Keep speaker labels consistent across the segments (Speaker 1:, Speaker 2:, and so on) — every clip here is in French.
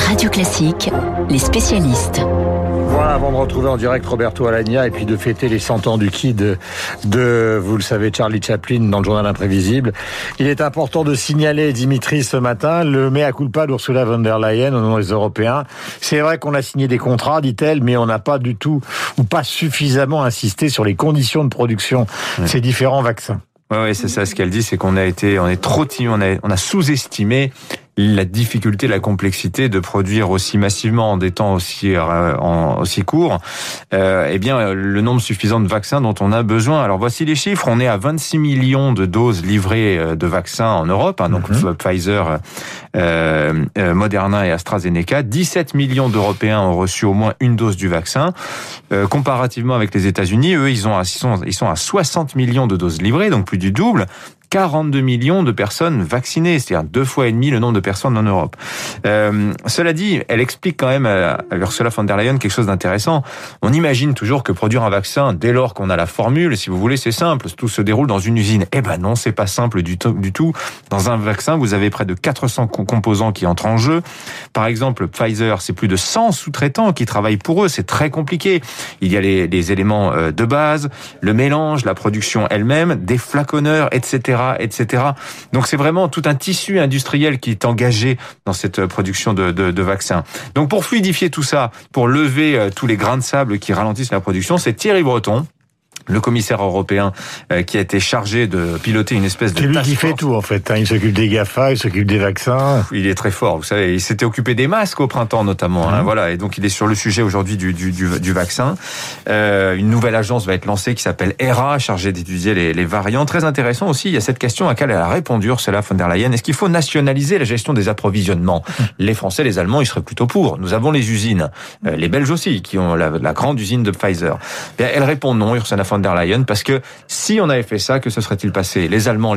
Speaker 1: Radio Classique, les spécialistes.
Speaker 2: Voilà, avant de retrouver en direct Roberto Alagna et puis de fêter les 100 ans du Kid de, vous le savez, Charlie Chaplin dans le journal imprévisible, il est important de signaler, Dimitri, ce matin, le mea culpa d'Ursula von der Leyen au nom des Européens. C'est vrai qu'on a signé des contrats, dit-elle, mais on n'a pas du tout ou pas suffisamment insisté sur les conditions de production de ces différents vaccins.
Speaker 3: Ouais, c'est ça. Ce qu'elle dit, c'est on est trop timide, on a sous-estimé la difficulté, la complexité de produire aussi massivement en des temps aussi courts, le nombre suffisant de vaccins dont on a besoin. Alors voici les chiffres. On est à 26 millions de doses livrées de vaccins en Europe, donc Pfizer, Moderna et AstraZeneca. 17 millions d'Européens ont reçu au moins une dose du vaccin. Comparativement avec les États-Unis, eux, ils sont à 60 millions de doses livrées, donc plus du double. 42 millions de personnes vaccinées, c'est-à-dire 2,5 fois le nombre de personnes en Europe. Cela dit, elle explique quand même à Ursula von der Leyen quelque chose d'intéressant. On imagine toujours que produire un vaccin, dès lors qu'on a la formule, si vous voulez, c'est simple, tout se déroule dans une usine. Eh ben non, c'est pas simple du tout. Dans un vaccin, vous avez près de 400 composants qui entrent en jeu. Par exemple, Pfizer, c'est plus de 100 sous-traitants qui travaillent pour eux, c'est très compliqué. Il y a les éléments de base, le mélange, la production elle-même, des flaconneurs, etc. Donc c'est vraiment tout un tissu industriel qui est engagé dans cette production de vaccins. Donc pour fluidifier tout ça, pour lever tous les grains de sable qui ralentissent la production, c'est Thierry Breton, le commissaire européen qui a été chargé de piloter une espèce de task force.
Speaker 2: C'est lui qui fait tout en fait. Il s'occupe des GAFA, il s'occupe des vaccins.
Speaker 3: Il est très fort, vous savez. Il s'était occupé des masques au printemps notamment. Voilà. Et donc il est sur le sujet aujourd'hui du vaccin. Une nouvelle agence va être lancée qui s'appelle HERA, chargée d'étudier les variants. Très intéressant aussi. Il y a cette question à laquelle elle a répondu, Ursula von der Leyen. Est-ce qu'il faut nationaliser la gestion des approvisionnements? Les Français, les Allemands, ils seraient plutôt pour. Nous avons les usines, les Belges aussi, qui ont la grande usine de Pfizer. Bien, elle répond non, Ursula von der Leyen, parce que si on avait fait ça, que se serait-il passé? Les Allemands,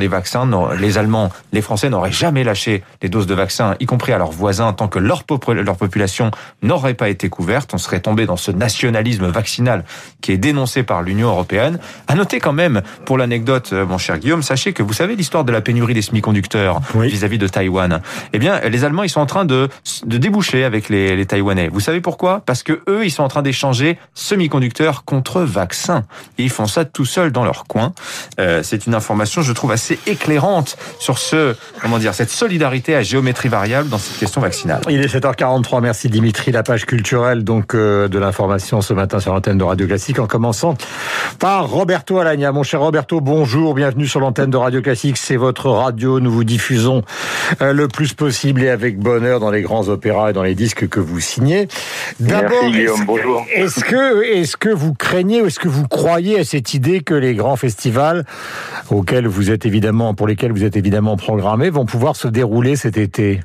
Speaker 3: les Français n'auraient jamais lâché les doses de vaccins, y compris à leurs voisins, tant que leur population n'aurait pas été couverte. On serait tombé dans ce nationalisme vaccinal qui est dénoncé par l'Union européenne. À noter quand même, pour l'anecdote, mon cher Guillaume, sachez que vous savez l'histoire de la pénurie des semi-conducteurs vis-à-vis de Taïwan. Eh bien, les Allemands, ils sont en train de déboucher avec les Taïwanais. Vous savez pourquoi? Parce que eux, ils sont en train d'échanger semi-conducteurs contre vaccins. Et ils font ça tout seuls dans leur coin. C'est une information, je trouve, assez éclairante sur cette solidarité à géométrie variable dans cette question vaccinale.
Speaker 2: Il est 7h43. Merci Dimitri. La page culturelle de l'information ce matin sur l'antenne de Radio Classique, en commençant par Roberto Alagna. Mon cher Roberto, bonjour, bienvenue sur l'antenne de Radio Classique. C'est votre radio. Nous vous diffusons le plus possible et avec bonheur dans les grands opéras et dans les disques que vous signez. D'abord,
Speaker 4: merci Guillaume, bonjour.
Speaker 2: Est-ce que vous craignez ou est-ce que vous croyez à cette idée que les grands festivals pour lesquels vous êtes évidemment programmés vont pouvoir se dérouler cet été?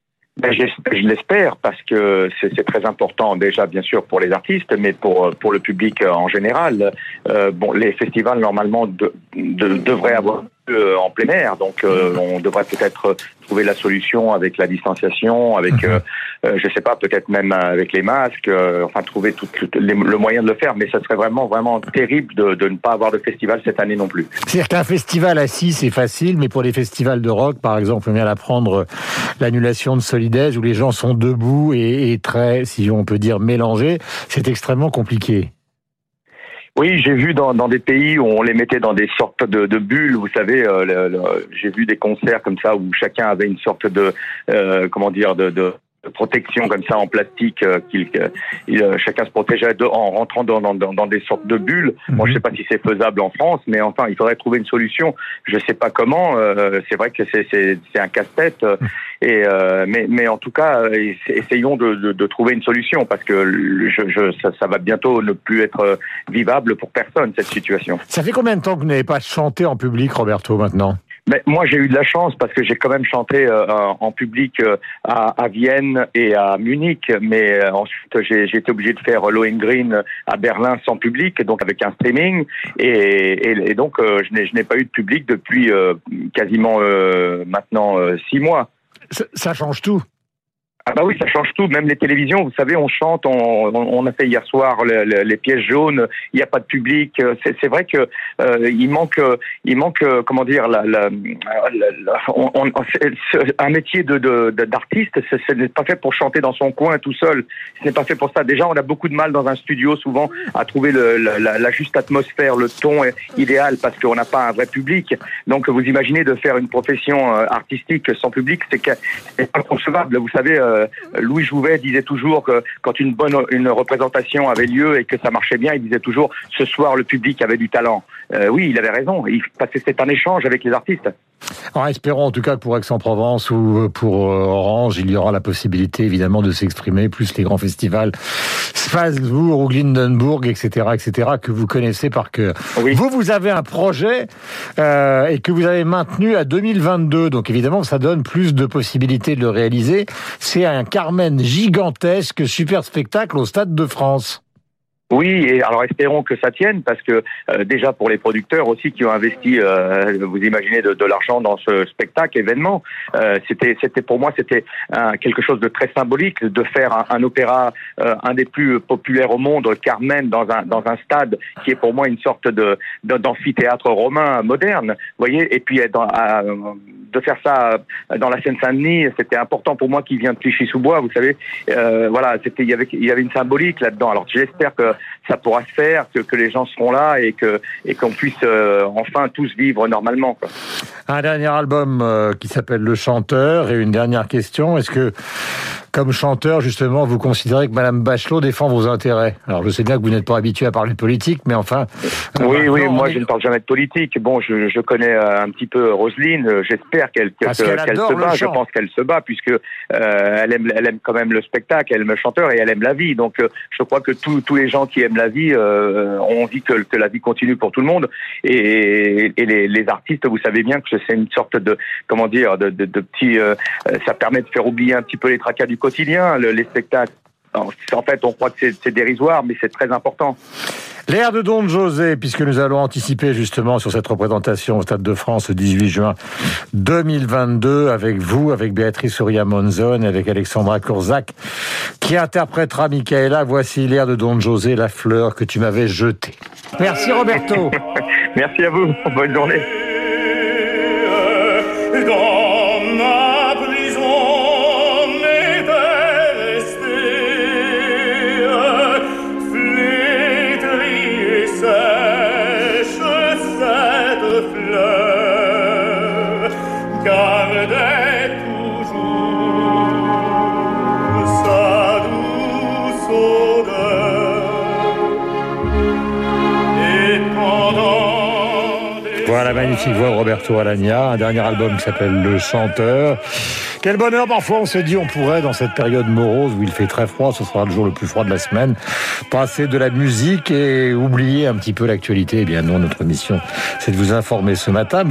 Speaker 4: Je l'espère parce que c'est très important déjà bien sûr pour les artistes, mais pour le public en général. Les festivals normalement devraient avoir en plein air, donc on devrait peut-être trouver la solution avec la distanciation, avec je sais pas, peut-être même avec les masques, trouver le moyen de le faire, mais ça serait vraiment terrible de ne pas avoir de festival cette année non plus.
Speaker 2: C'est-à-dire qu'un festival assis c'est facile, mais pour les festivals de rock par exemple, on vient d'apprendre l'annulation de Solidez où les gens sont debout et très, si on peut dire, mélangés, c'est extrêmement compliqué.
Speaker 4: Oui, j'ai vu dans des pays où on les mettait dans des sortes de bulles, vous savez, j'ai vu des concerts comme ça où chacun avait une sorte de protection comme ça en plastique, chacun se protégeait en rentrant dans des sortes de bulles. Moi, je sais pas si c'est faisable en France, mais enfin, il faudrait trouver une solution. Je sais pas comment. C'est vrai que c'est un casse-tête. Mais en tout cas, essayons de trouver une solution parce que ça va bientôt ne plus être vivable pour personne cette situation.
Speaker 2: Ça fait combien de temps que vous n'avez pas chanté en public, Roberto, maintenant?
Speaker 4: Mais moi, j'ai eu de la chance parce que j'ai quand même chanté en public à Vienne et à Munich. Mais ensuite, j'ai été obligé de faire Lohengrin à Berlin sans public, donc avec un streaming. Et donc, je n'ai pas eu de public depuis quasiment maintenant 6 mois.
Speaker 2: Ça change tout.
Speaker 4: Ah bah oui, ça change tout. Même les télévisions, vous savez, on chante, on a fait hier soir les pièces jaunes. Il n'y a pas de public. C'est vrai que il manque, comment dire, un métier d'artiste. Ce n'est pas fait pour chanter dans son coin tout seul. Ce n'est pas fait pour ça. Déjà, on a beaucoup de mal dans un studio souvent à trouver la juste atmosphère, le ton idéal, parce qu'on n'a pas un vrai public. Donc, vous imaginez de faire une profession artistique sans public, c'est inconcevable. Vous savez. Louis Jouvet disait toujours que quand une représentation avait lieu et que ça marchait bien, il disait toujours ce soir le public avait du talent. Oui, il avait raison, parce que c'est un échange avec les artistes.
Speaker 2: Alors, espérons en tout cas que pour Aix-en-Provence ou pour Orange, il y aura la possibilité évidemment de s'exprimer, plus les grands festivals Strasbourg ou Glindenburg, etc., que vous connaissez par cœur. Oui. Vous avez un projet et que vous avez maintenu à 2022, donc évidemment ça donne plus de possibilités de le réaliser. C'est un Carmen gigantesque, super spectacle au Stade de France.
Speaker 4: Oui, et alors espérons que ça tienne, parce que déjà pour les producteurs aussi qui ont investi, vous imaginez, de l'argent dans ce spectacle, événement, c'était pour moi quelque chose de très symbolique de faire un opéra, un des plus populaires au monde, Carmen, dans un stade qui est pour moi une sorte d'amphithéâtre romain moderne, vous voyez, et puis de faire ça dans la Seine-Saint-Denis, c'était important pour moi qui vient de Clichy-sous-Bois, vous savez, voilà, il y avait une symbolique là-dedans. Alors j'espère que ça pourra se faire, que les gens seront là et qu'on puisse enfin tous vivre normalement, quoi.
Speaker 2: Un dernier album qui s'appelle Le Chanteur, et une dernière question, est-ce que comme chanteur, justement, vous considérez que Madame Bachelot défend vos intérêts? Alors, je sais bien que vous n'êtes pas habitué à parler de politique, mais enfin...
Speaker 4: Oui, moi, je ne parle jamais de politique. Bon, je connais un petit peu Roselyne. J'espère qu'elle se bat. Je pense qu'elle se bat, puisque elle aime quand même le spectacle, elle aime le chanteur et elle aime la vie. Donc, je crois que tous les gens qui aiment la vie ont envie que la vie continue pour tout le monde. Et les artistes, vous savez bien que c'est une sorte de, comment dire, de petit... ça permet de faire oublier un petit peu les tracas du quotidien, les spectacles. En fait, on croit que c'est dérisoire, mais c'est très important.
Speaker 2: L'air de Don José, puisque nous allons anticiper justement sur cette représentation au Stade de France le 18 juin 2022 avec vous, avec Béatrice Soria-Monzon, avec Alexandra Korzak, qui interprétera Michaela. Voici l'air de Don José, la fleur que tu m'avais jetée. Merci Roberto.
Speaker 4: Merci à vous. Bonne journée.
Speaker 2: Voilà, magnifique voix de Roberto Alagna, un dernier album qui s'appelle Le Chanteur. Quel bonheur, parfois on se dit on pourrait, dans cette période morose où il fait très froid, ce sera le jour le plus froid de la semaine, passer de la musique et oublier un petit peu l'actualité. Eh bien non, notre mission, c'est de vous informer ce matin.